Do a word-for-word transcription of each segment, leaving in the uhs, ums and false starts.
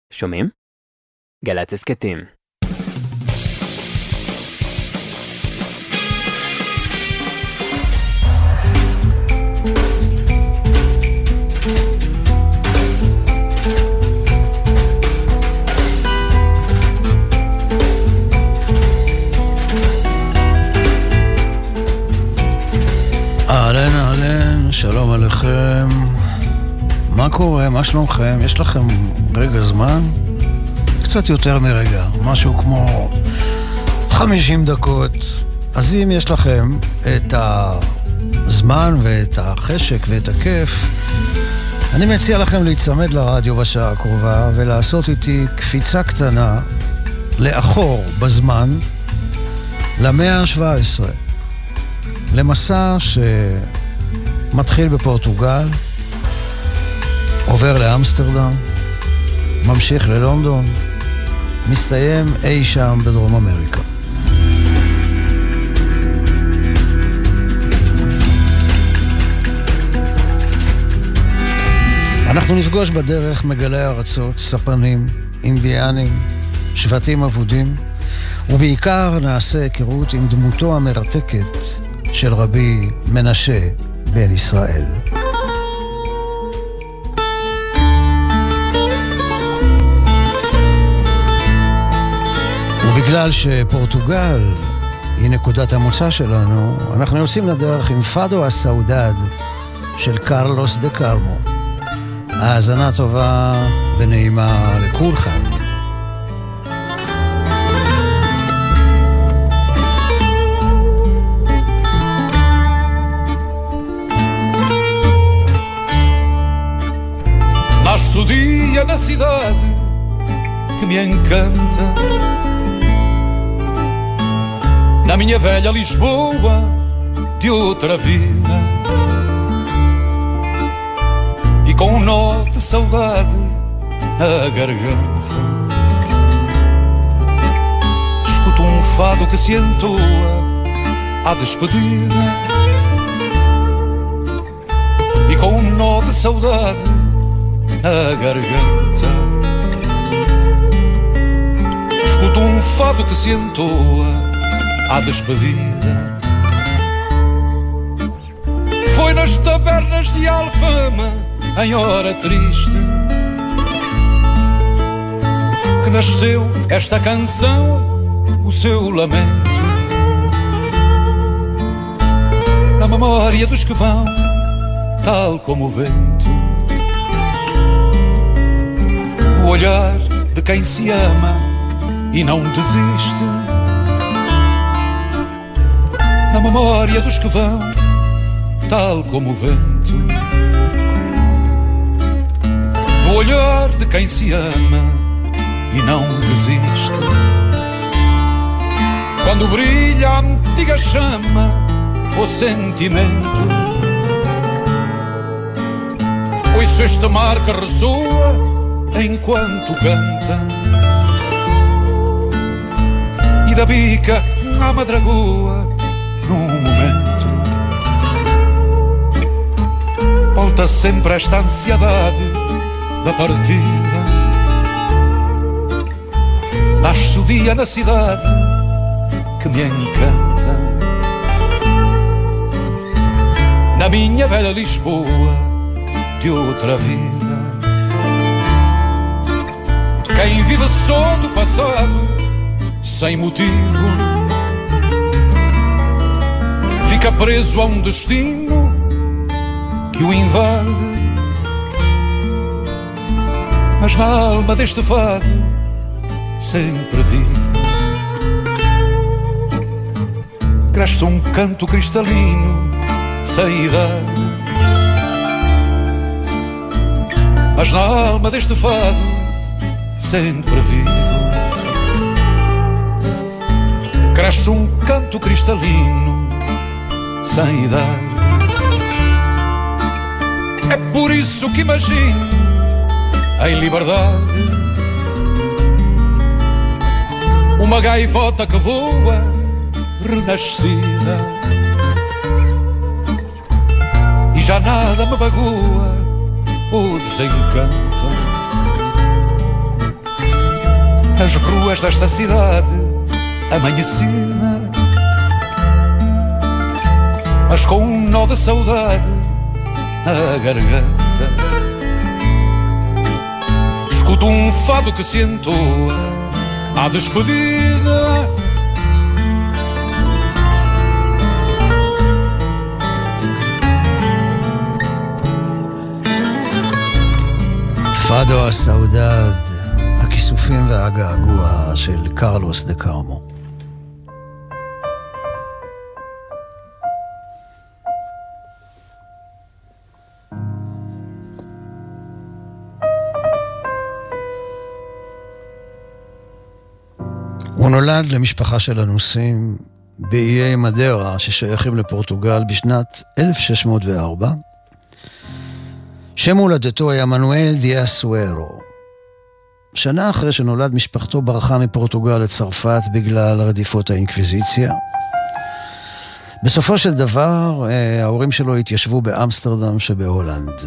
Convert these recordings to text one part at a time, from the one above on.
שומעים? גל"צ הסכתים. אהלן אהלן, שלום עליכם. מה קורה? מה שלומכם? יש לכם רגע זמן? קצת יותר מרגע, משהו כמו חמישים דקות. אז אם יש לכם את הזמן ואת החשק ואת הכיף, אני מציע לכם להצמד לרדיו בשעה הקרובה ולעשות איתי קפיצה קטנה לאחור בזמן למאה ה-שבע עשרה, למסע שמתחיל בפורטוגל, עובר לאמסטרדם, ממשיך ללונדון, מסתיים אי שם בדרום אמריקה. אנחנו נפגוש בדרך מגלי ארצות, ספנים, אינדיאנים, שבטים אבודים, ובעיקר נעשה היכרות עם דמותו המרתקת של רבי מנשה בן ישראל. ובגלל שפורטוגל היא נקודת המוצא שלנו, אנחנו יוצאים לדרך עם פאדו הסעודד של קרלוס דה קרמו. האזנה טובה ונעימה לכולכם. Nasce o dia na cidade que me encanta, na minha velha Lisboa de outra vida, e com um nó de saudade na garganta escuto um fado que se entoa à despedida, e com um nó de saudade na garganta escuto um fado que se entoa à despedida. Foi nas tabernas de Alfama, em hora triste, que nasceu esta canção, o seu lamento, na memória dos que vão, tal como o vento, o olhar de quem se ama e não desiste, na memória dos que vão, tal como o vento, no olhar de quem se ama e não desiste. Quando brilha a antiga chama, o sentimento, ouço este mar que ressoa enquanto canta, e da bica à madragoa num momento volta sempre esta ansiedade da partida. Nasce o dia na cidade que me encanta, na minha velha Lisboa de outra vida. Quem vive só do passado sem motivo fica preso a um destino que o invade, mas na alma deste fado sempre vive cresce um canto cristalino sem idade, mas na alma deste fado sempre vivo cresce um canto cristalino sem idade. É por isso que imagino em liberdade uma gaivota que voa renascida, e já nada me magoa ou desencanta. as ruas desta cidade amanhecida, mas com um nó de saudade na garganta. Escuto um fado que se entoa à despedida, פאדו הסעודד, הכיסופים והגעגוע של קרלוס דה קרמו. הוא נולד למשפחה של אנוסים באיי מדרה ששייכים לפורטוגל בשנת אלף שש מאות וארבע. שם הולדתו היה מנואל דיאס סוארו. שנה אחרי שנולד משפחתו ברחה מפורטוגל לצרפת בגלל רדיפות האינקוויזיציה. בסופו של דבר ההורים שלו התיישבו באמסטרדם שבהולנד.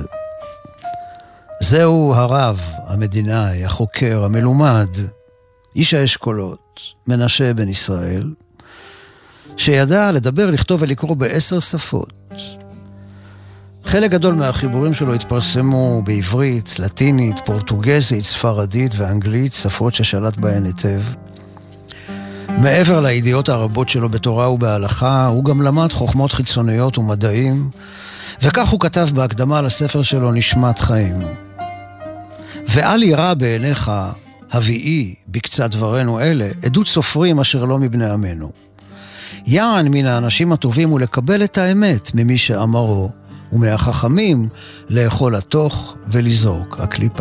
זהו הרב, המדינאי, החוקר, המלומד, איש האשכולות, מנשה בן ישראל, שידע לדבר, לכתוב ולקרוא בעשר שפות. חלק גדול מהחיבורים שלו התפרסמו בעברית, לטינית, פורטוגזית, ספרדית ואנגלית, שפות ששלט בהן היטב. מעבר לידיעות הרבות שלו בתורה ובהלכה, הוא גם למד חוכמות חיצוניות ומדעים, וכך הוא כתב בהקדמה לספר שלו נשמת חיים. ואל ירא בעיניך הביאי בקצת דברנו אלה, עדות סופרים אשר לא מבני עמנו. יען מן האנשים הטובים הוא לקבל את האמת ממי שאמרו, ומהחכמים לאכול התוך ולזרוק הקליפה.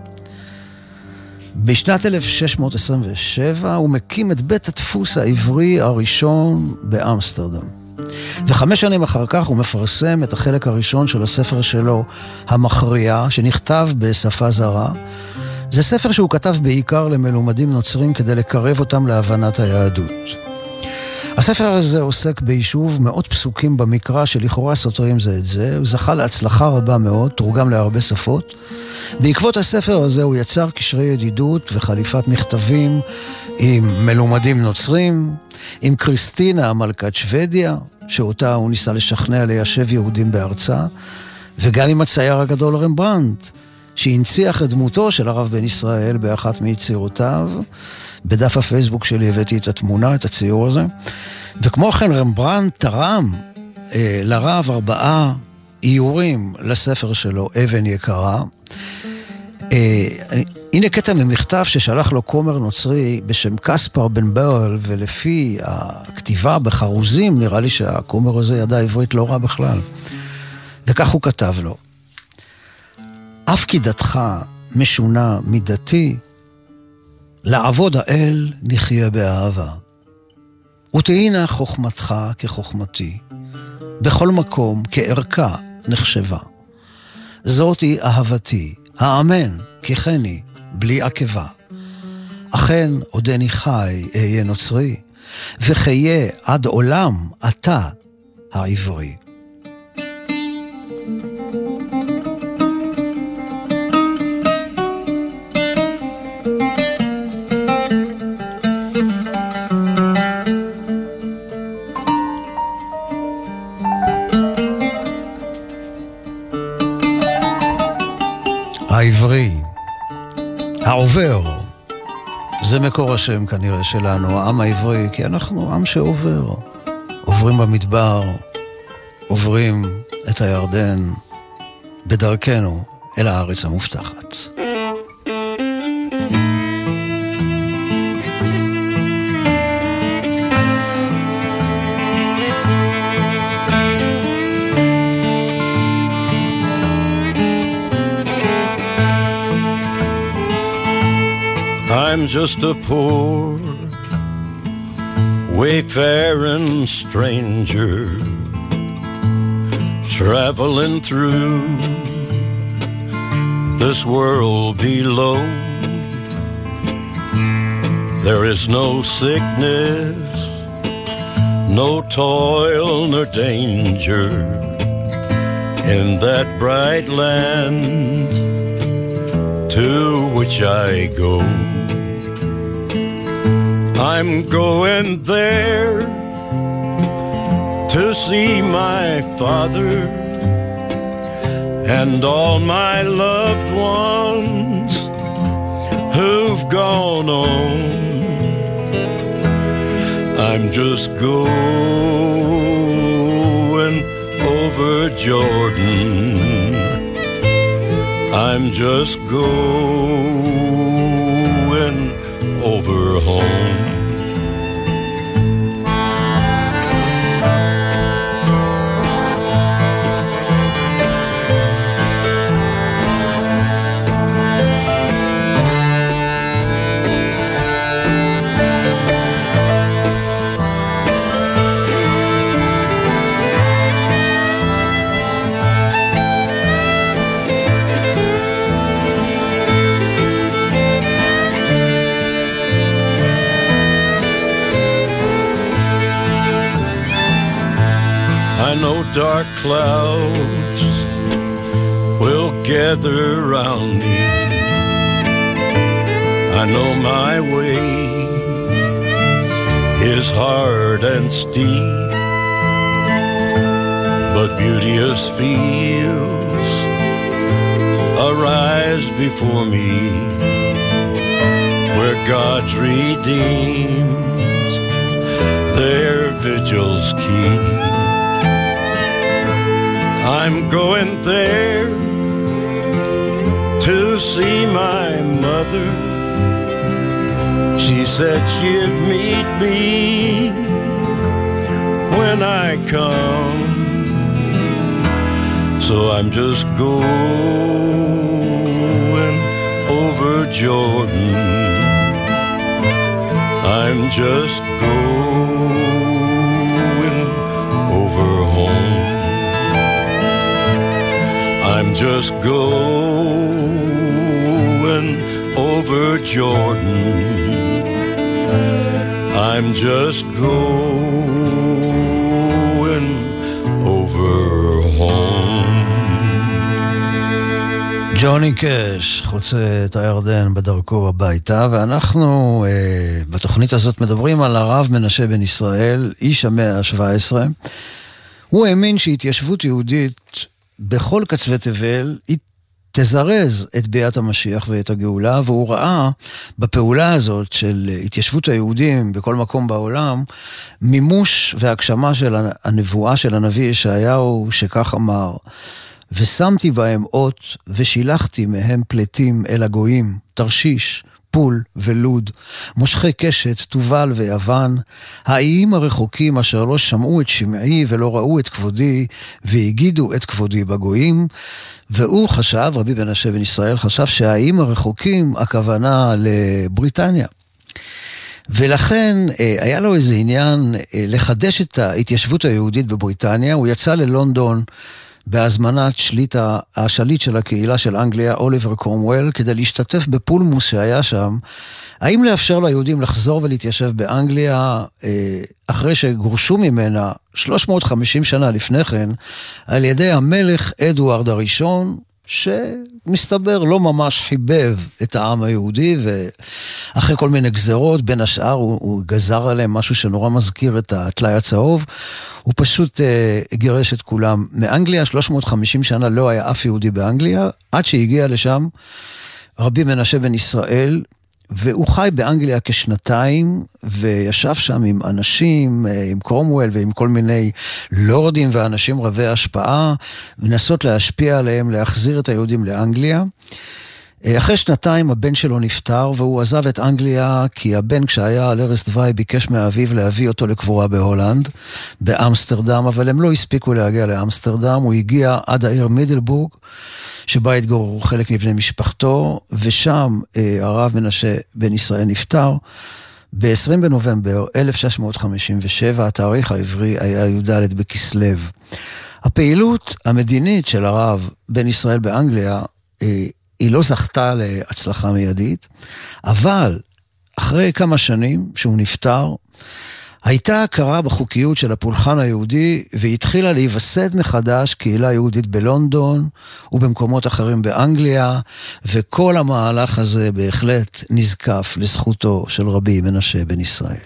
בשנת אלף שש מאות עשרים ושבע הוא מקים את בית הדפוס העברי הראשון באמסטרדם. וחמש שנים אחר כך הוא מפרסם את החלק הראשון של הספר שלו, המכריע, שנכתב בשפה זרה. זה ספר שהוא כתב בעיקר למלומדים נוצרים כדי לקרב אותם להבנת היהדות. הספר הזה עוסק ביישוב מאות פסוקים במקרא שלכאורה סותרים זה את זה. הוא זכה להצלחה רבה מאוד, תורגם להרבה שפות. בעקבות הספר הזה הוא יצר קשרי ידידות וחליפת מכתבים עם מלומדים נוצרים, עם קריסטינה, מלכת שוודיה, שאותה הוא ניסה לשכנע ליישב יהודים בארצה, וגם עם הצייר הגדול רמברנדט, שהנציח את דמותו של הרב בן ישראל באחת מיצירותיו. בדף הפייסבוק שלי הבאתי את התמונה, את הציור הזה. וכמו כן רמברנדט תרם אה, לרב ארבעה איורים לספר שלו, אבן יקרה. אה, הנה קטע ממכתב ששלח לו כומר נוצרי בשם קספר בן ברל, ולפי הכתיבה בחרוזים נראה לי שהכומר הזה ידע עברית לא רע בכלל. וכך הוא כתב לו: אף כי דתך משונה מדתי, לעבוד האל נחיה באהבה. ותהינה חוכמתך כחוכמתי, בכל מקום כערכה נחשבה. זאת היא אהבתי, האמן כחני, בלי עקבה. אכן עודני חי אהיה נוצרי, וחיה עד עולם אתה העברי. העברי, העובר, זה מקור השם כנראה שלנו, העם העברי, כי אנחנו עם שעובר. עוברים במדבר, עוברים את הירדן, בדרכנו אל הארץ המובטחת. I'm just a poor wayfaring stranger traveling through this world below. There is no sickness, no toil nor danger in that bright land to which I go. I'm going there to see my father and all my loved ones who've gone on. I'm just going over Jordan. I'm just going over home. I know dark clouds will gather around me. I know my way is hard and steep, but beauteous fields arise before me, where God's redeemed their vigils keep. I'm going there to see my mother. She said she'd meet me when I come. So I'm just going over Jordan. I'm just going over home. I'm just going over Jordan. I'm just going over home. ג'וני קאש חוצה את הירדן בדרכו הביתה, ואנחנו אה, בתוכנית הזאת מדברים על הרב מנשה בן ישראל, איש המאה ה-שבע עשרה. הוא האמין שהתיישבות יהודית בכל קצווי תבל היא תזרז את ביאת המשיח ואת הגאולה, והוא ראה בפעולה הזאת של התיישבות היהודים בכל מקום בעולם מימוש והגשמה של הנבואה של הנביא ישעיהו, שכך אמר: ושמתי בהם אות ושילחתי מהם פלטים אל הגויים, תרשיש, פול ולוד, מושכי קשת, תובל ויוון, האיים הרחוקים אשר לא שמעו את שמעי ולא ראו את כבודי והגידו את כבודי בגויים. והוא חשב, רבי מנשה בן ישראל חשב שהאיים הרחוקים הכוונה לבריטניה, ולכן היה לו איזה עניין לחדש את ההתיישבות היהודית בבריטניה. הוא יצא ללונדון בהזמנת שליט השליט של הקהילה של אנגליה, אוליבר קרומוול, כדי להשתתף בפולמוס שהיה שם, האם לאפשר ליהודים לחזור ולהתיישב באנגליה אחרי שגורשו ממנה שלוש מאות וחמישים שנה לפני כן על ידי המלך אדוארד הראשון, שמסתבר לא ממש חיבב את העם היהודי, ואחרי כל מיני גזרות, בין השאר הוא, הוא גזר עליהם משהו שנורא מזכיר את הטלאי הצהוב. הוא פשוט אה, גירש את כולם מאנגליה. שלוש מאות וחמישים שנה לא היה אף יהודי באנגליה, עד שהגיע לשם רבי מנשה בן ישראל, והוא חי באנגליה כשנתיים, וישב שם עם אנשים, עם קרומוול ועם כל מיני לורדים ואנשים רבי השפעה, ונסות להשפיע עליהם, להחזיר את היהודים לאנגליה. אחרי שנתיים הבן שלו נפטר, והוא עזב את אנגליה, כי הבן כשהיה על ערש דווי ביקש מאביו להביא אותו לקבורה בהולנד, באמסטרדם, אבל הם לא הספיקו להגיע לאמסטרדם. הוא הגיע עד העיר מידלבורג, שבה התגוררו חלק מבני משפחתו, ושם אה, הרב מנשה בן ישראל נפטר. ב-עשרים בנובמבר אלף שש מאות חמישים ושבע, התאריך העברי היה י"ד בכסלו. הפעילות המדינית של הרב בן ישראל באנגליה, אה, היא לא זכתה להצלחה מיידית, אבל אחרי כמה שנים שהוא נפטר, הייתה הכרה בחוקיות של הפולחן היהודי, והתחילה להיווסד מחדש קהילה יהודית בלונדון, ובמקומות אחרים באנגליה, וכל המהלך הזה בהחלט נזקף לזכותו של רבי מנשה בן ישראל.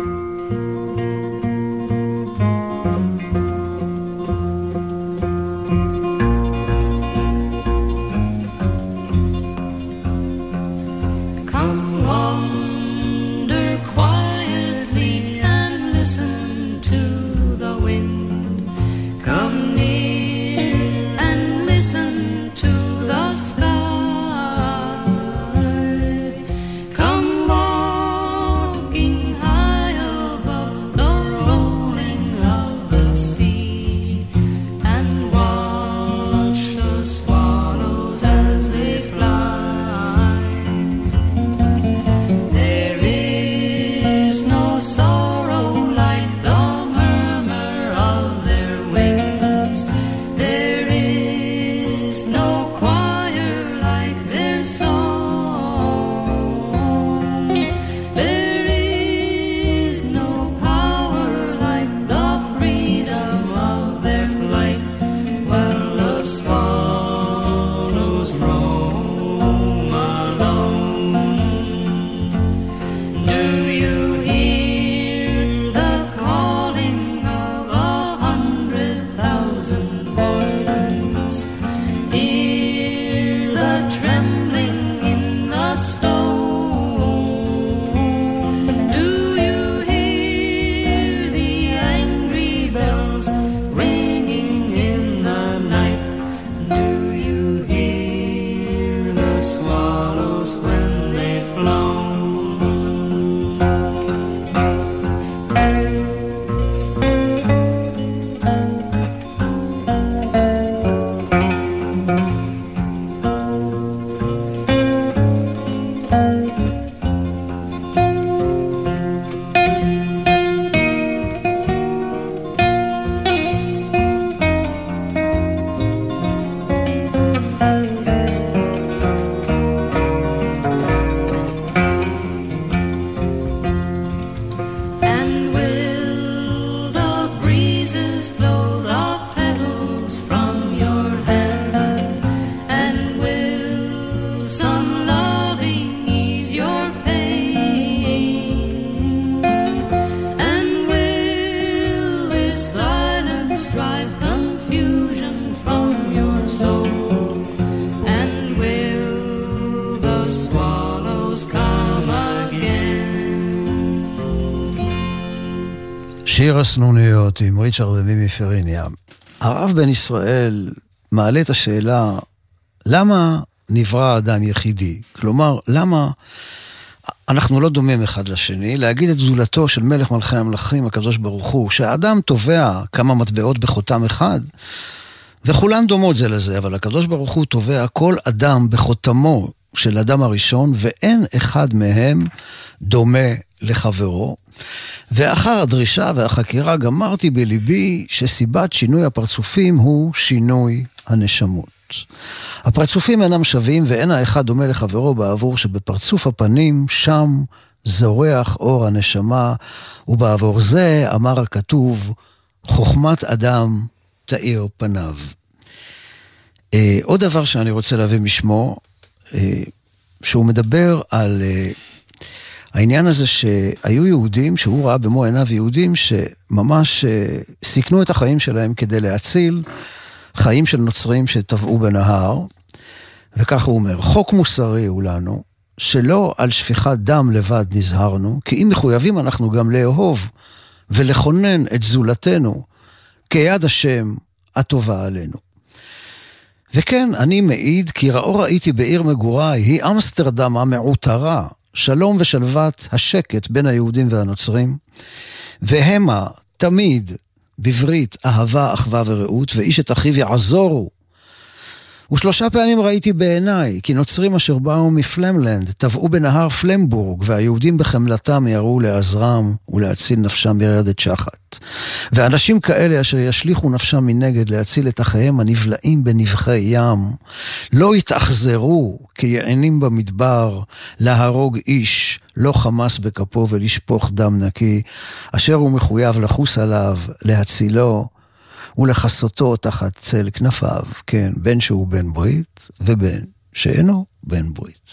שיר הסנוניות עם ריצ'רד ומימי פריניה. הרב בן ישראל מעלה את השאלה, למה נברא האדם יחידי? כלומר, למה אנחנו לא דומים אחד לשני? להגיד את זולתו של מלך מלכי המלכים, הקדוש ברוך הוא, שהאדם תובע כמה מטבעות בחותם אחד, וכולן דומות זה לזה, אבל הקדוש ברוך הוא תובע כל אדם בחותמו של אדם הראשון, ואין אחד מהם דומה לחברו. ואחר הדרישה והחקירה גמרתי בליבי שסיבת שינוי הפרצופים הוא שינוי הנשמות. הפרצופים אינם שווים ואין האחד דומה לחברו בעבור שבפרצוף הפנים שם זורח אור הנשמה, ובעבור זה אמר הכתוב חוכמת אדם תאיר פניו. אה, עוד דבר שאני רוצה להביא משמו, אה, שהוא מדבר על אה, העניין הזה שהיו יהודים, שהוא ראה במו עיניו יהודים שממש סיכנו את החיים שלהם כדי להציל חיים של נוצרים שטבעו בנהר, וכך הוא אומר, חוק מוסרי הוא לנו, שלא על שפיכת דם לבד נזהרנו, כי אם מחויבים אנחנו גם לאהוב ולכונן את זולתנו, כיד השם הטובה עלינו. וכן, אני מעיד, כי ראו ראיתי בעיר מגוריי, היא אמסטרדם המעוטרה, שלום ושלוות השקט בין היהודים והנוצרים, והמה תמיד בברית אהבה, אחווה ורעות, ואיש את אחיו יעזורו, ושלושה פעמים ראיתי בעיניי, כי נוצרים אשר באו מפלמלנד, טבעו בנהר פלמבורג, והיהודים בחמלתם יראו לעזרם ולהציל נפשם ברדת שחת. ואנשים כאלה אשר ישליחו נפשם מנגד להציל את אחיהם הנבלעים בנבחי ים, לא יתאכזרו כיענים במדבר, להרוג איש, לא חמס בכפו ולשפוך דם נקי, אשר הוא מחויב לחוס עליו, להצילו, ולחסותו תחת צל כנפיו, כן, בין שהוא בן ברית, ובין שאינו בן ברית.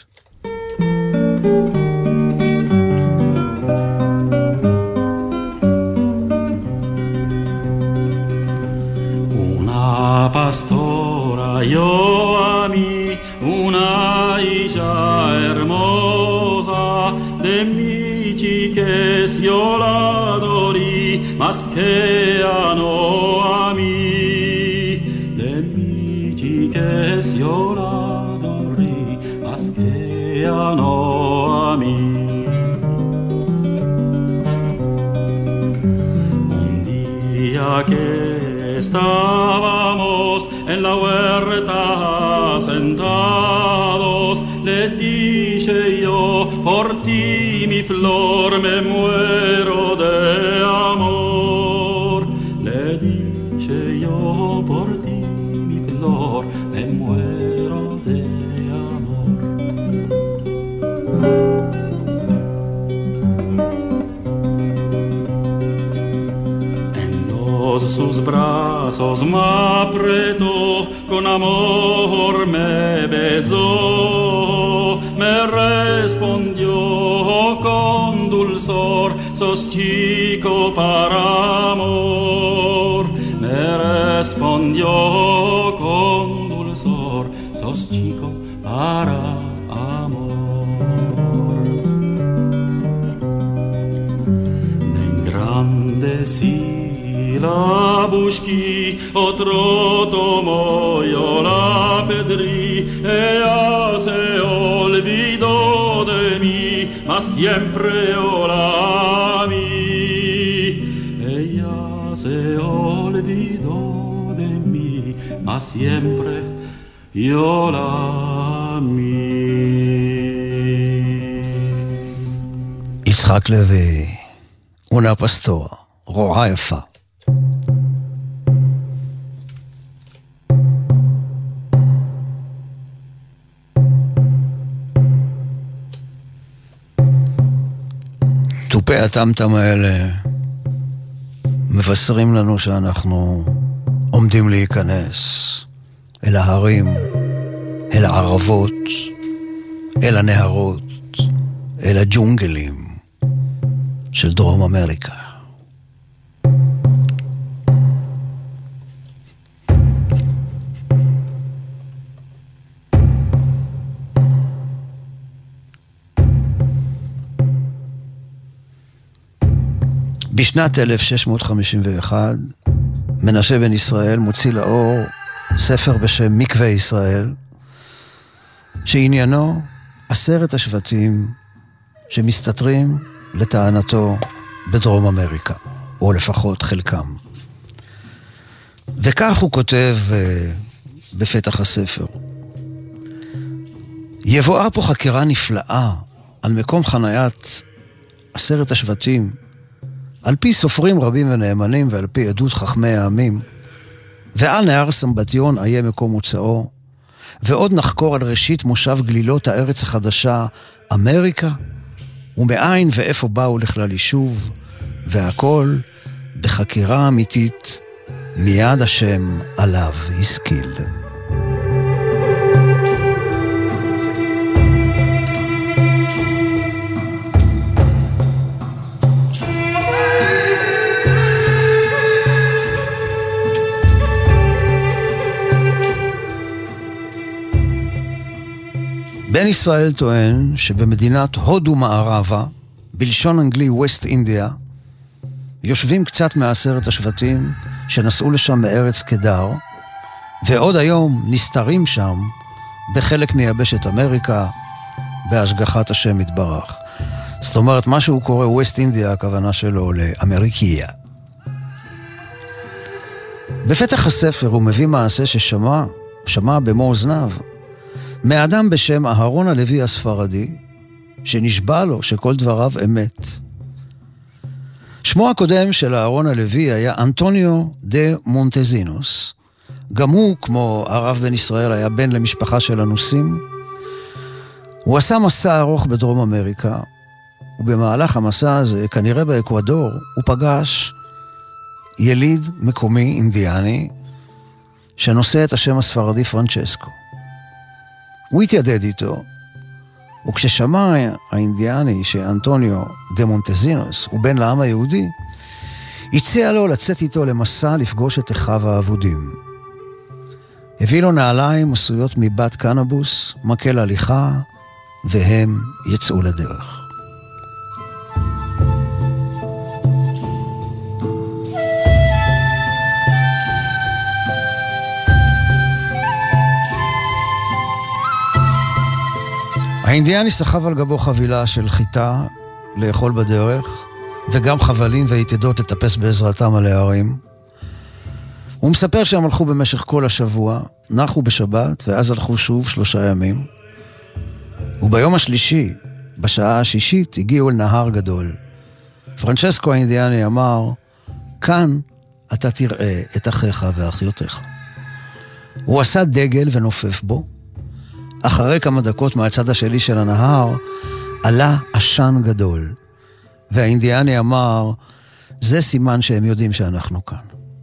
Una pastora yo a mí, una hija hermosa, de mi chiques yo la adorí, más que a no a mí, de mi chiques yo la adorí, más que a no a mí. Un día que estábamos en la huerta sentados, le dije yo, por ti mi flor me muero de amor. Le dije yo, por ti mi flor me muero de amor. Sus brazos me apretó, con amor me besó, me respondió con dulzor, sos chico para amor. Me respondió con dulzor, sos chico para amor. Me engrandecí Labushki, otro tomo yo la pedrí, ella se olvidó de mí, mas siempre yo la amé. Ella se olvidó de mí, mas siempre yo la amé. יצחק לוי, una pastora, רועה יפה. טופי הטמטם האלה מבשרים לנו שאנחנו עומדים להיכנס אל ההרים, אל הערבות, אל הנהרות, אל הג'ונגלים של דרום אמריקה. בשנת אלף שש מאות חמישים ואחת מנשה בן ישראל מוציא לאור ספר בשם מקווה ישראל, שעניינו עשרת השבטים שמסתתרים לטענתו בדרום אמריקה, או לפחות חלקם. וכך הוא כותב בפתח הספר: יבואה פה חקירה נפלאה על מקום חניית עשרת השבטים, על פי סופרים רבים ונאמנים ועל פי עדות חכמי העמים, ועל נהר סמבטיון איה מקום מוצאו, ועוד נחקור על ראשית מושב גלילות הארץ החדשה אמריקה, ומאין ואיפה באו לכלל יישוב, והכל בחקירה אמיתית מיד השם עליו השכיל. בן ישראל טוען שבמדינת הודו מערבה, בלשון אנגלי ווסט אינדיה, יושבים קצת מעשרת השבטים שנסעו לשם מארץ קדר, ועוד היום נסתרים שם בחלק מיבשת אמריקה בהשגחת השם יתברך. זאת אומרת, מה שהוא קורא ווסט אינדיה, הכוונה שלו לאמריקיה. בפתח הספר הוא מביא מעשה ששמע שמע במו אוזניו, מאדם בשם אהרון הלוי הספרדי, שנשבע לו שכל דבריו אמת. שמו הקודם של אהרון הלוי היה אנטוניו דה מונטזינוס. גם הוא, כמו הרב בן ישראל, היה בן למשפחה של אנוסים. הוא עשה מסע ארוך בדרום אמריקה, ובמהלך המסע הזה, כנראה באקוודור, הוא פגש יליד מקומי אינדיאני, שנושא את השם הספרדי פרנצ'סקו. הוא התיידד איתו, וכששמע האינדיאני שאנטוניו דה מונטזינוס הוא בן לעם היהודי, הציע לו לצאת איתו למסע לפגוש את אחיו האבודים. הביא לו נעליים עשויות מבת קנבוס, מקל הליכה, והם יצאו לדרך. האינדיאני סחב על גבו חבילה של חיטה לאכול בדרך, וגם חבלים ויתדות לטפס בעזרתם על הערים. הוא מספר שהם הלכו במשך כל השבוע, נחו בשבת, ואז הלכו שוב שלושה ימים. וביום השלישי, בשעה השישית, הגיעו אל נהר גדול. פרנצ'סקו האינדיאני אמר, כאן אתה תראה את אחיך ואחיותיך. הוא עשה דגל ונופף בו. אחרי כמה דקות מהצד השני של הנהר, עלה עשן גדול. והאינדיאני אמר, זה סימן שהם יודעים שאנחנו כאן.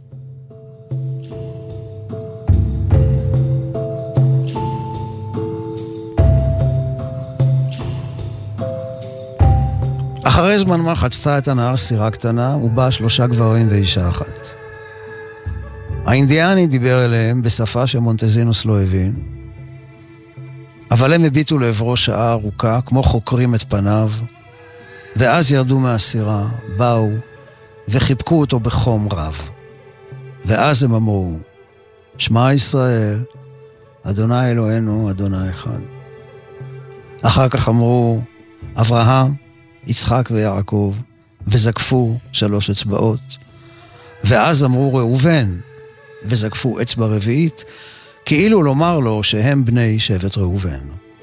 אחרי זמן מה חצתה את הנהר סירה קטנה, ובאה שלושה גברים ואישה אחת. האינדיאני דיבר אליהם בשפה שמונטזינוס לא הבין, אבל הם הביטו לעברו שעה ארוכה, כמו חוקרים את פניו, ואז ירדו מהסירה, באו, וחיבקו אותו בחום רב. ואז הם אמרו, שמע ישראל, אדוני אלוהינו, אדוני אחד. אחר כך אמרו, אברהם, יצחק ויעקב, וזקפו שלוש אצבעות. ואז אמרו ראובן, וזקפו אצבע רביעית, כאילו לומר לו שהם בני שבט ראובן.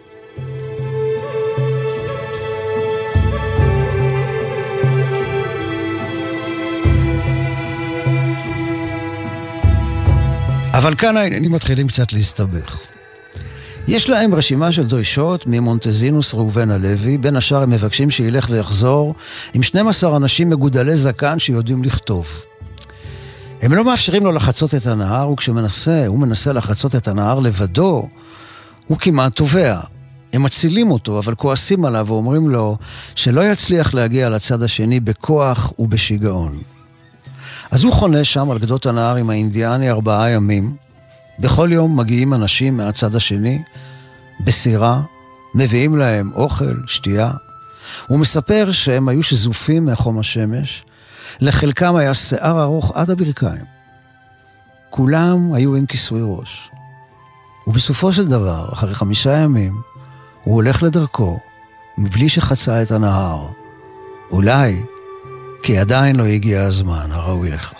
אבל כאן העניינים מתחילים קצת להסתבך. יש להם רשימה של דרישות ממונטזינוס ראובן הלוי, בין השאר הם מבקשים שילך ויחזור עם שנים עשר אנשים מגודלי זקן שיודעים לכתוב. הם לא מאפשרים לו לחצות את הנהר, וכשמנסה, הוא מנסה לחצות את הנהר לבדו, הוא כמעט טובע. הם מצילים אותו, אבל כועסים עליו ואומרים לו שלא יצליח להגיע לצד השני בכוח ובשיגעון. אז הוא חונה שם על גדות הנהר עם האינדיאני ארבעה ימים. בכל יום מגיעים אנשים מהצד השני, בסירה, מביאים להם אוכל, שתייה. הוא מספר שהם היו שזופים מחום השמש, לחלקם היה שיער ארוך עד הברכיים. כולם היו עם כיסוי ראש. ובסופו של דבר, אחרי חמישה ימים, הוא הולך לדרכו, מבלי שחצה את הנהר. אולי, כי עדיין לא הגיע הזמן הראוי לכך.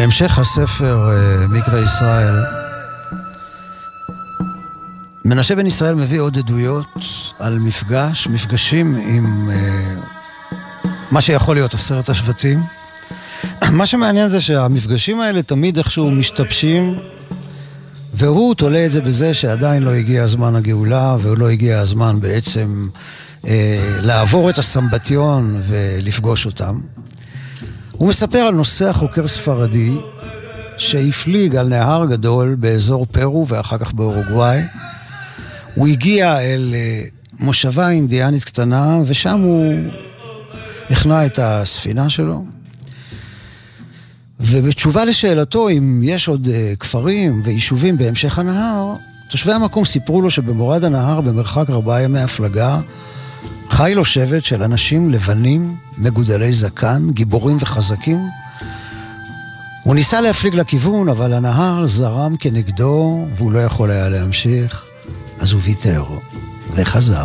בהמשך הספר מקרא ישראל, מנשה בן ישראל מביא עוד עדויות על מפגש, מפגשים עם מה שיכול להיות עשרת השבטים. מה שמעניין זה שהמפגשים האלה תמיד איכשהו משתבשים, והוא תולה את זה בזה שעדיין לא הגיע הזמן הגאולה, והוא לא הגיע הזמן בעצם אה, לעבור את הסמבטיון ולפגוש אותם. הוא מספר על נוסע חוקר ספרדי שהפליג על נהר גדול באזור פרו ואחר כך באורוגוואי. הוא הגיע אל אה, מושבה אינדיאנית קטנה, ושם הוא הכנע את הספינה שלו. ובתשובה לשאלתו אם יש עוד כפרים ויישובים בהמשך הנהר, תושבי המקום סיפרו לו שבמורד הנהר במרחק ארבעה ימי הפלגה חי לו שבט של אנשים לבנים, מגודלי זקן, גיבורים וחזקים. הוא ניסה להפליג לכיוון, אבל הנהר זרם כנגדו והוא לא יכול היה להמשיך, אז הוא ויתר וחזר.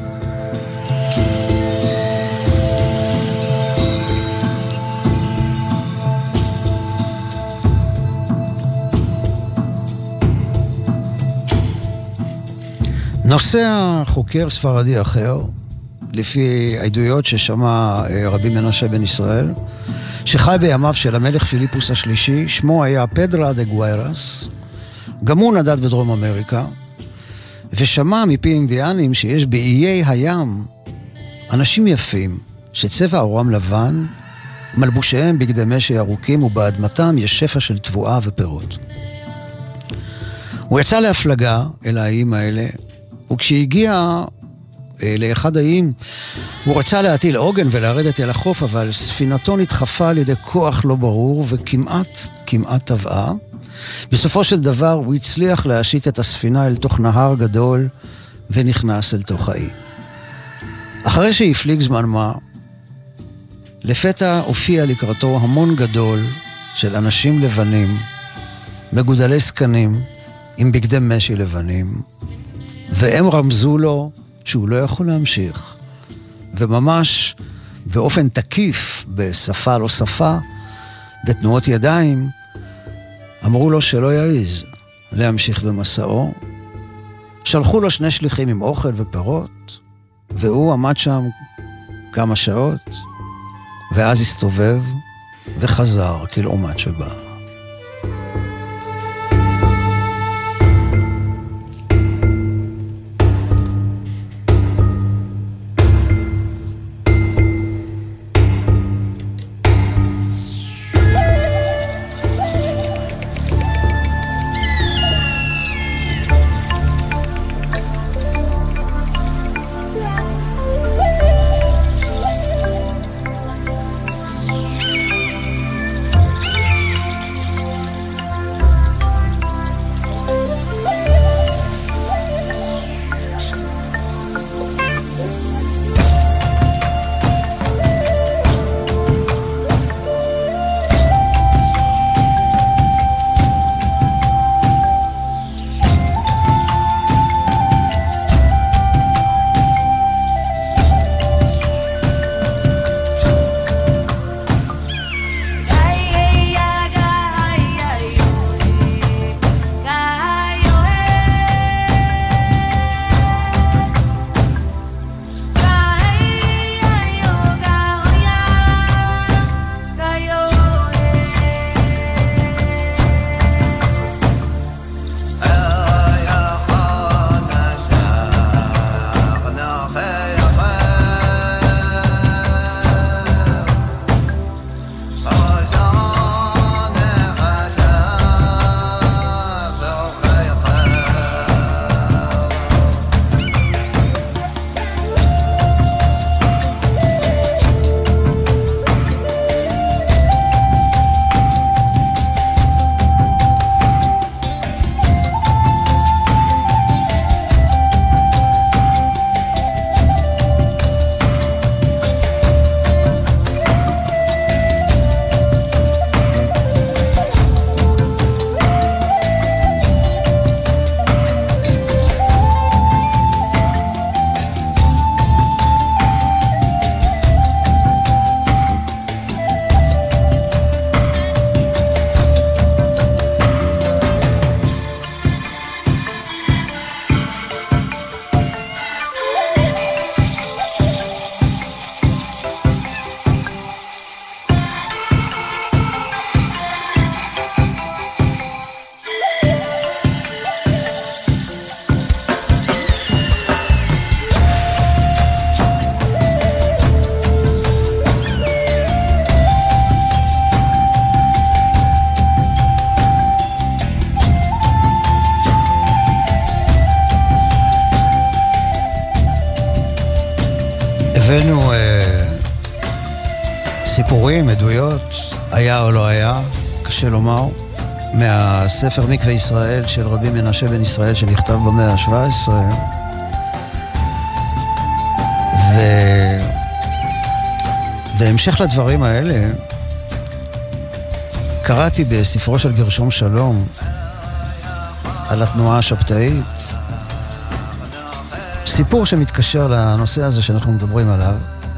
נוסע חוקר ספרדי אחר, לפי העדויות ששמע רבי מנשה בן ישראל, שחי בימיו של המלך פיליפוס השלישי, שמו היה פדרה דה גוויירס, גם הוא נדד בדרום אמריקה, ושמע מפי אינדיאנים שיש באיי הים אנשים יפים, שצבע עורם לבן, מלבושיהם בגדי משי ארוכים, ובאדמתם יש שפע של תבואה ופירות. הוא יצא להפלגה אל האיים האלה, וכשהגיע אה, לאחד האיים, הוא רצה להטיל עוגן ולרדת אל החוף, אבל ספינתו נדחפה על ידי כוח לא ברור, וכמעט, כמעט טבעה. בסופו של דבר הוא הצליח להשית את הספינה אל תוך נהר גדול, ונכנס אל תוך האי. אחרי שהפליג זמן מה, לפתע הופיע לקראתו המון גדול של אנשים לבנים, מגודלי זקנים, עם בגדי משי לבנים, והם רמזו לו שהוא לא יכול להמשיך. וממש באופן תקיף, בשפה לא שפה, בתנועות ידיים, אמרו לו שלא יעיז להמשיך במסעו. שלחו לו שני שליחים עם אוכל ופירות, והוא עמד שם כמה שעות, ואז הסתובב וחזר כלעומת שבא. הבאנו אה, סיפורים, עדויות, היה או לא היה, קשה לומר, מהספר מקווה ישראל של רבי מנשה בן ישראל שנכתב במאה ה-שבע עשרה. ו... בהמשך לדברים האלה, קראתי בספרו של גרשום שלום על התנועה השבתאית, סיפור שמתקשר לנושא הזה שאנחנו מדברים עליו.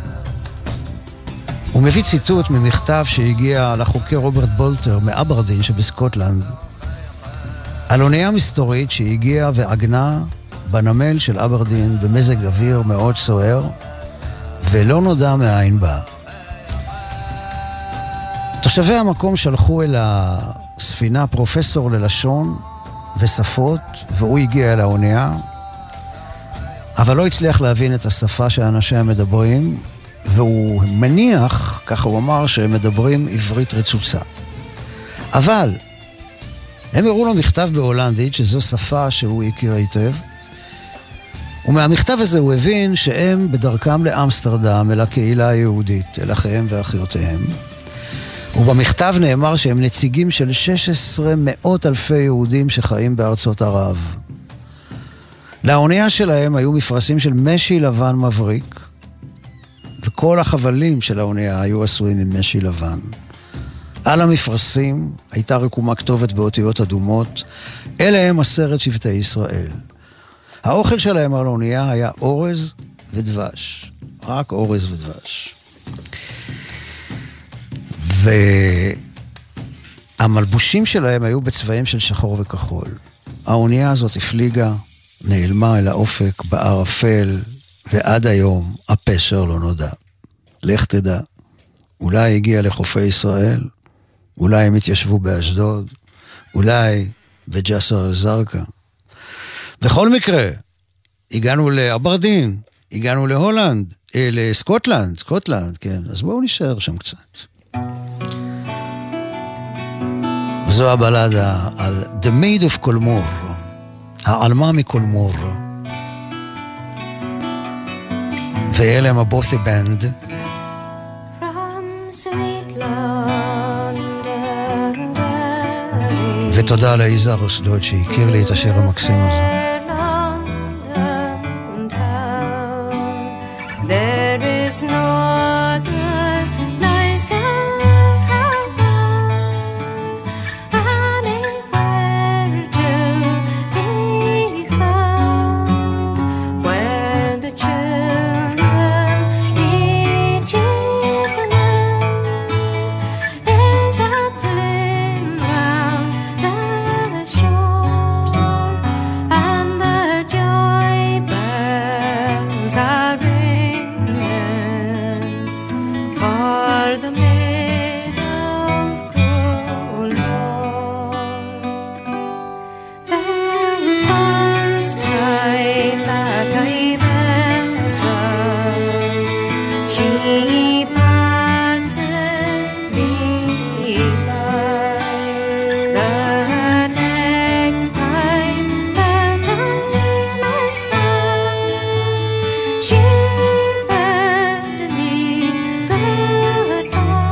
הוא מביא ציטוט ממכתב שהגיע לחוקר רוברט בולטר מאברדין שבסקוטלנד, על אונייה מסתורית שהגיעה ועגנה בנמל של אברדין במזג אוויר מאוד סוער, ולא נודע מאין בא. תושבי המקום שלחו אל הספינה פרופסור ללשון ושפות, והוא הגיע אל האונייה, אבל לא הצליח להבין את השפה שאנשיה מדברים, והוא מניח, ככה הוא אמר, שהם מדברים עברית רצוצה. אבל הם הראו לו מכתב בהולנדית, שזו שפה שהוא הכיר היטב, ומהמכתב הזה הוא הבין שהם בדרכם לאמסטרדם, אל הקהילה היהודית, אל אחיהם ואחיותיהם. ובמכתב נאמר שהם נציגים של שש עשרה מאות אלפי יהודים שחיים בארצות ערב. לאונייה שלהם היו מפרשים של משי לבן מבריק, וכל החבלים של האונייה היו עשויים ממשי לבן. על המפרשים הייתה רקומה כתובת באותיות אדומות, אלה הם עשרת שבטי ישראל. האוכל שלהם על האונייה היה אורז ודבש, רק אורז ודבש. והמלבושים שלהם היו בצבעים של שחור וכחול. האונייה הזאת הפליגה, נעלמה אל האופק בערפל, ועד היום הפשר לא נודע. לך תדע, אולי הגיע לחופי ישראל, אולי הם התיישבו באשדוד, אולי בג'סר אל-זרקא. בכל מקרה, הגענו לאברדין, הגענו להולנד, אה, לסקוטלנד, סקוטלנד, כן, אז בואו נשאר שם קצת. זו הבלדה על The Maid of Colmore, העלמה מקולמור. ואלה הם הבותי בנד. ותודה ליזהר אשדוד שהכיר לי את השיר המקסים הזה. There is no other nicer anywhere to be found, where the children each evening is a playing round the shore, and the joy bells are for the maid of Colmore. The first time that I met her, she passed me by. The next time that I met her, she bade me goodbye.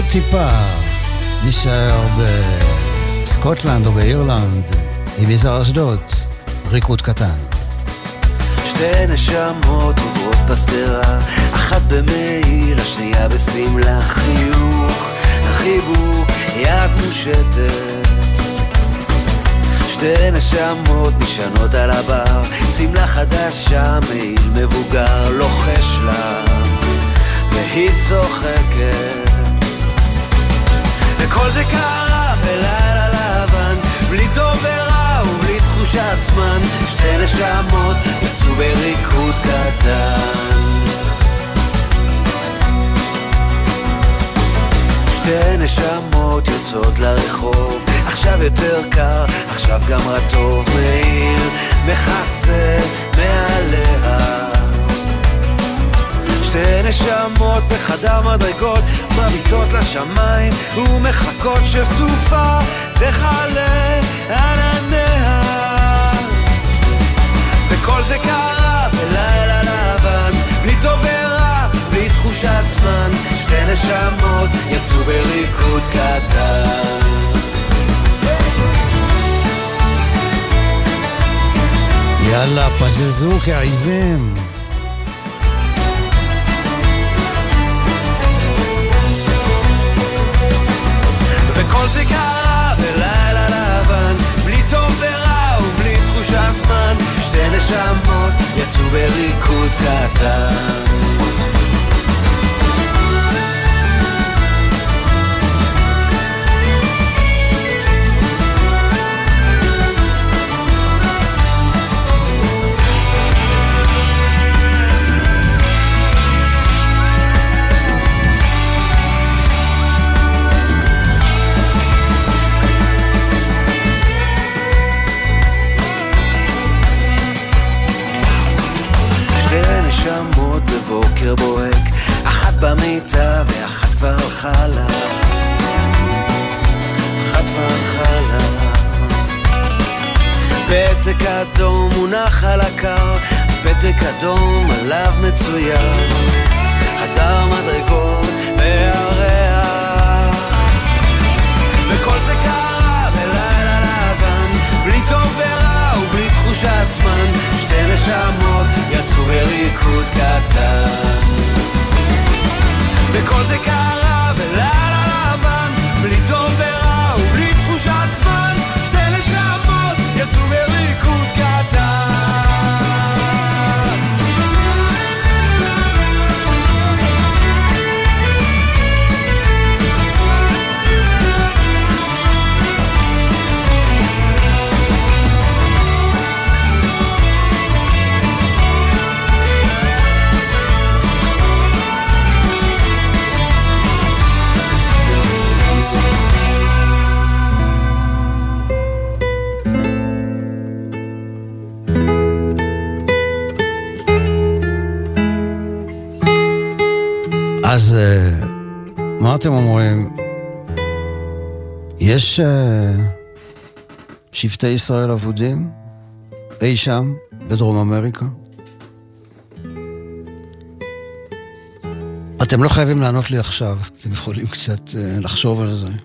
עוד טיפה נשאר בסקוטלנד או באירלנד, עם יזהר אשדוד, ריקוד קטן. שתי נשמות עוברות בסדרה, אחת במעיל, השנייה בסמלה, חיוך, החיבוק, יד מושטת. שתי נשמות נשענות על הבר, סמלה חדשה, מעיל מבוגר, לוחש לה, והיא צוחקת. וכל זה קרה בלילה לבן, בלי טוב ורע ובלי תחושת זמן. שתי נשמות יצאו בריקוד קטן. שתי נשמות יוצאות לרחוב, עכשיו יותר קר, עכשיו גם רטוב, מעיל מכסה מעליה. שתי נשמות בחדר מדרגות, מביטות לשמיים ומחכות שסופה תחלה ענניה. וכל זה קרה בלילה לבן, בלי טוב ורע, בלי תחושת זמן. שתי נשמות יצאו בריקוד קטן. יאללה, פזזו כעיזים. וכל זה קרה בלילה לבן, בלי טוב ורע ובלי תחושת זמן. שתי נשמות יצאו בריקוד קטן. נשמות בבוקר בוהק, אחת במיטה ואחת כבר הלכה לה, אחת כבר הלכה לה. פתק אדום מונח על הקר, פתק אדום עליו מצויר, חדר מדרגות והריח. וכל זה קרה בלילה לבן, בלי טוב ורע ובלי תחושת זמן. שתי נשמות יצאו בריקוד קטן. וכל זה קרה בלילה לבן, בלי טוב ורע ובלי תחושת זמן. שתי נשמות יצאו בריקוד קטן. אז מה אתם אומרים? יש שבטי ישראל אבודים אי שם בדרום אמריקה? אתם לא חייבים לענות לי עכשיו, אתם יכולים קצת לחשוב על זה.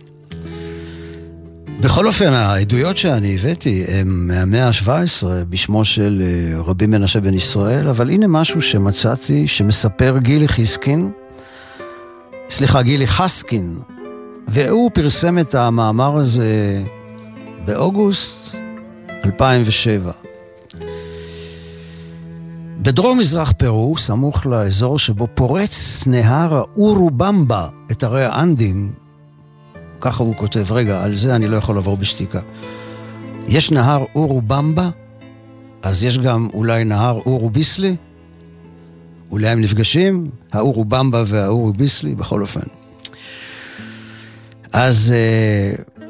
בכל אופן, העדויות שאני הבאתי הן מהמאה ה-שבע עשרה בשמו של רבי מנשה בן ישראל, אבל הנה משהו שמצאתי שמספר גילי חיסקין, סליחה, גילי חסקין, והוא פרסם את המאמר הזה באוגוסט אלפיים ושבע. בדרום מזרח פרו, סמוך לאזור שבו פורץ נהר האורובמבה את הרי האנדים, ככה הוא כותב, רגע, על זה אני לא יכול לעבור בשתיקה. יש נהר אורובמבה, אז יש גם אולי נהר אורוביסלי, אולי הם נפגשים, האורובמבה והאורוביסלי, בכל אופן. אז uh,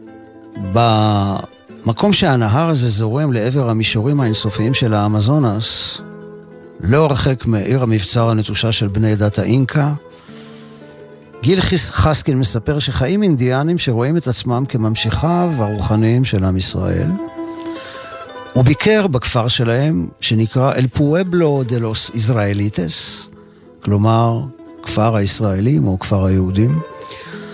במקום שהנהר הזה זורם לעבר המישורים האינסופיים של האמזונס, לא רחק מעיר המבצר הנטושה של בני דת האינקה, גיל חסקין מספר שחיים אינדיאנים שרואים את עצמם כממשיכיו הרוחניים של עם ישראל. הוא ביקר בכפר שלהם שנקרא אל פואבלו דה לוס איזראליטס, כלומר כפר הישראלים או כפר היהודים.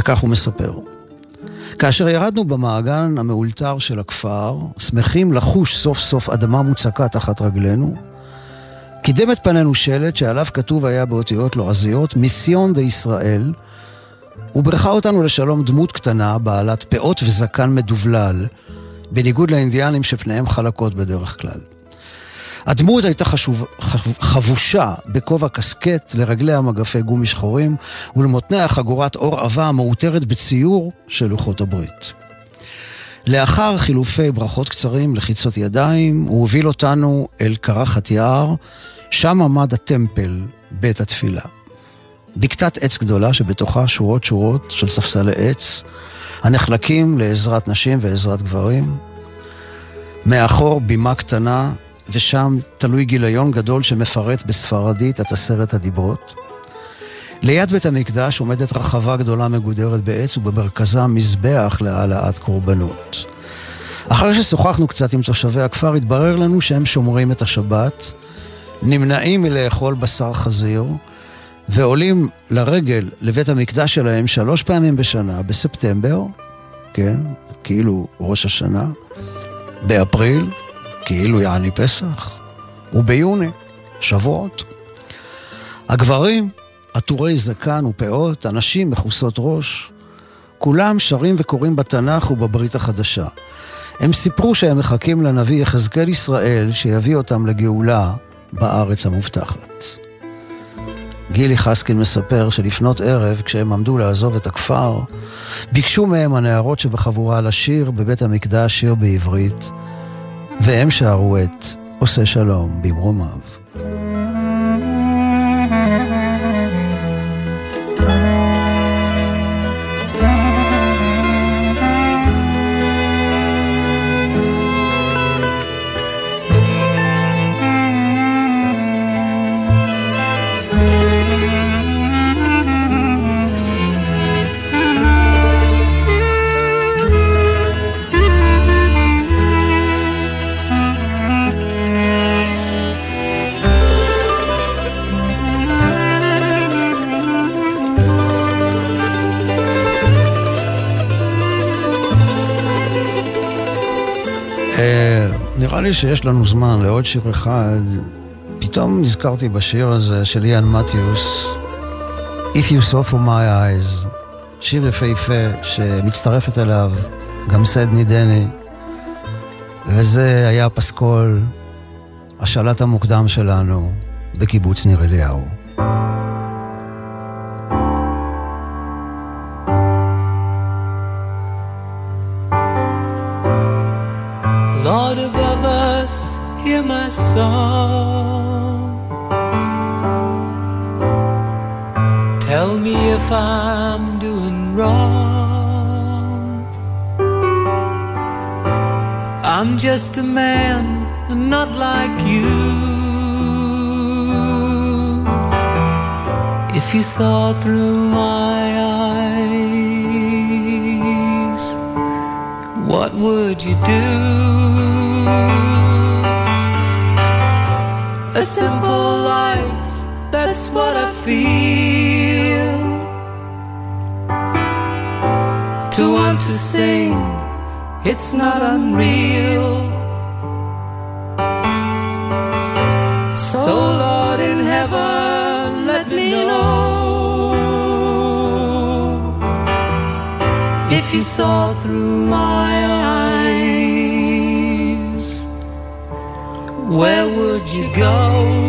וכך הוא מספר. כאשר ירדנו במעגן המאולתר של הכפר, שמחים לחוש סוף סוף אדמה מוצקה תחת רגלינו, קידם את פנינו שלט שעליו כתוב היה באותיות לועזיות, מיסיון דה ישראל, וברכה אותנו לשלום דמות קטנה, בעלת פאות וזקן מדובלל, בניגוד לאינדיאנים שפניהם חלקות בדרך כלל. הדמות הייתה חשוב, חבושה בכובע קסקט, לרגליה מגפי גומי שחורים, ולמותניה חגורת אור עבה המאותרת בציור של לוחות הברית. לאחר חילופי ברכות קצרים לחיצות ידיים, הוא הוביל אותנו אל קרחת יער, שם עמד הטמפל, בית התפילה. בקתת עץ גדולה שבתוכה שורות שורות של ספסלי עץ, הנחלקים לעזרת נשים ועזרת גברים. מאחור בימה קטנה, ושם תלוי גיליון גדול שמפרט בספרדית את עשרת הדיברות. ליד בית המקדש עומדת רחבה גדולה מגודרת בעץ, ובמרכזה מזבח להעלאת קורבנות. אחרי ששוחחנו קצת עם תושבי הכפר, התברר לנו שהם שומרים את השבת, נמנעים מלאכול בשר חזיר, ועולים לרגל לבית המקדש שלהם שלוש פעמים בשנה, בספטמבר, כן, כאילו ראש השנה, באפריל, כאילו יעני פסח, וביוני, שבועות. הגברים, עטורי זקן ופאות, אנשים מכוסות ראש, כולם שרים וקוראים בתנ"ך ובברית החדשה. הם סיפרו שהם מחכים לנביא יחזקאל ישראל שיביא אותם לגאולה בארץ המובטחת. גילי חסקין מספר שלפנות ערב, כשהם עמדו לעזוב את הכפר, ביקשו מהם הנערות שבחבורה לשיר בבית המקדש שיר בעברית, והם שרו את עושה שלום במרומיו. נראה לי שיש לנו זמן לעוד שיר אחד. פתאום נזכרתי בשיר הזה של איאן מתיוס, If You Saw Through My Eyes, שיר יפהפה שמצטרפת אליו גם סדני דני, וזה היה פסקול השלט המוקדם שלנו בקיבוץ ניר אליהו. Lord above us, hear my song. Tell me if I'm doing wrong. I'm just a man, not like you. If you saw through my eyes, what would you do? A simple life, that's what I feel. To want to sing, it's not unreal. So Lord in heaven, let me know if you saw through my eyes, where would you go?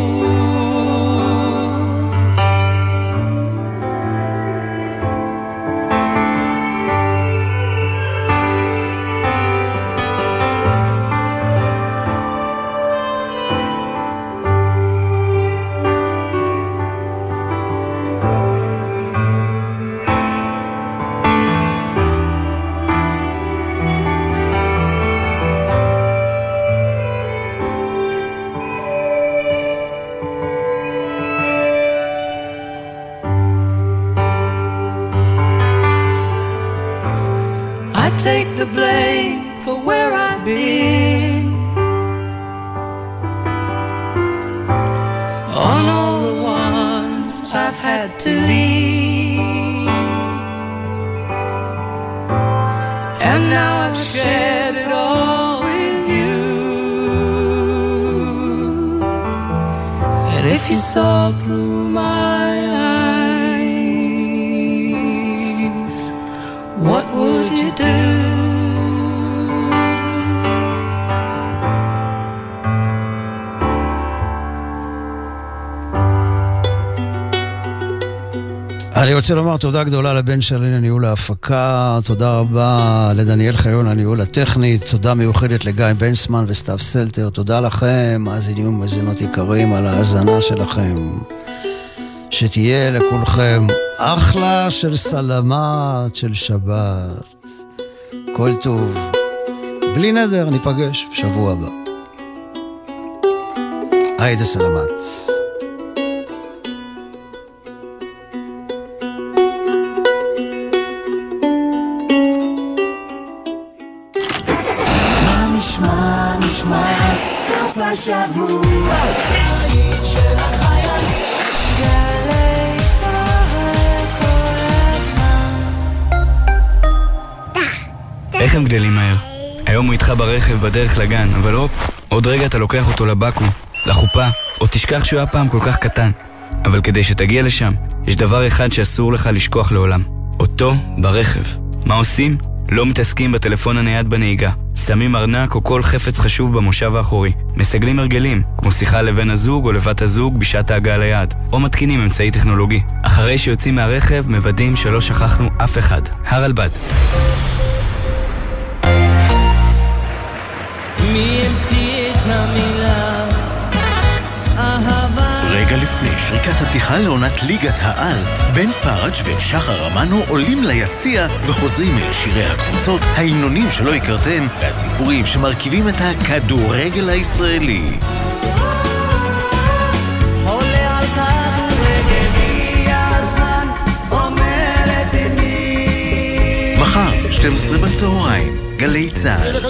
Take the blame for where I've been, on all the ones I've had to leave. and now I've shared it all with you. And if you saw through my eyes, what would you do? אני רוצה לומר תודה גדולה לבן שלי לניהול ההפקה, תודה רבה לדניאל חיון לניהול הטכני, תודה מיוחדת לגיא בנסמן וסתיו סלטר, תודה לכם, מאזינים ומאזינות יקרים, על ההאזנה שלכם. שתהיה לכולכם אחלה של סלמת של שבת. כל טוב. בלי נדר, ניפגש בשבוע הבא. היידה סלמת. השבוע היית של החייל גלי צהל כל הזמן. איך הם גדלים מהר? היום הוא איתך ברכב בדרך לגן, אבל הופ, עוד רגע אתה לוקח אותו לבקו, לחופה, או תשכח שהוא היה פעם כל כך קטן. אבל כדי שתגיע לשם, יש דבר אחד שאסור לך לשכוח לעולם. אותו ברכב. מה עושים? לא מתעסקים בטלפון הנייד בנהיגה. שמים ארנק או כל חפץ חשוב במושב האחורי. מסגלים הרגלים, כמו שיחה לבן הזוג או לבת הזוג בשעת ההגעה ליעד. או מתקינים אמצעי טכנולוגי. אחרי שיוצאים מהרכב, מוודאים שלא שכחנו אף אחד. הרלב"ד. מי המציא את המילה אהבה? רגע לפני שריקת הפתיחה לעונת ליגת העל, בן פרג' ושחר אמנו עולים ליציע וחוזרים אל שירי הקבוצות, ההמנונים שלא הכרתם והסיפורים שמרכיבים את הכדורגל הישראלי. עולה על כדורגל, הגיע הזמן, אומרת אמי. מחר, שתים עשרה בצהריים, גלי צהל.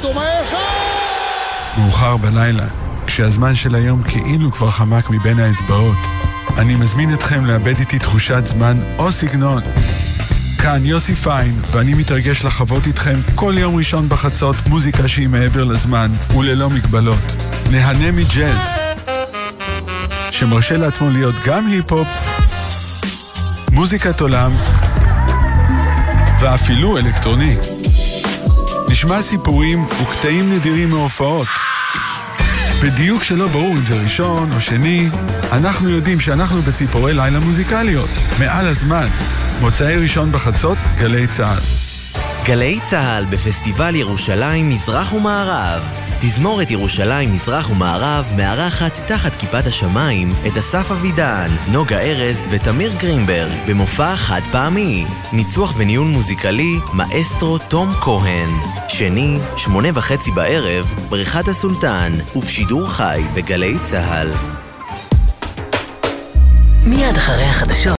מאוחר בלילה, כשהזמן של היום כאילו כבר חמק מבין האצבעות. אני מזמין אתכם לאבד איתי תחושת זמן או סגנון. כאן יוסי פיין, ואני מתרגש לחוות איתכם כל יום ראשון בחצות מוזיקה שהיא מעבר לזמן וללא מגבלות. נהנה מג'אז, שמרשה לעצמו להיות גם היפ-הופ, מוזיקת עולם, ואפילו אלקטרוני. נשמע סיפורים וקטעים נדירים מהופעות. בדיוק שלא ברור אם זה ראשון או שני, אנחנו יודעים שאנחנו בציפורי לילה מוזיקליות. מעל הזמן, מוצאי ראשון בחצות, גלי צהל. גלי צהל בפסטיבל ירושלים מזרח ומערב. תזמורת ירושלים מזרח ומערב מארחת תחת כיפת השמיים את אסף אבידן, נוגה ארז ותמיר גרינברג במופע חד פעמי. ניצוח וניהול מוזיקלי מאסטרו תום כהן. שני, שמונה וחצי בערב, בריכת הסולטן, ובשידור חי בגלי צהל. מיד אחרי החדשות.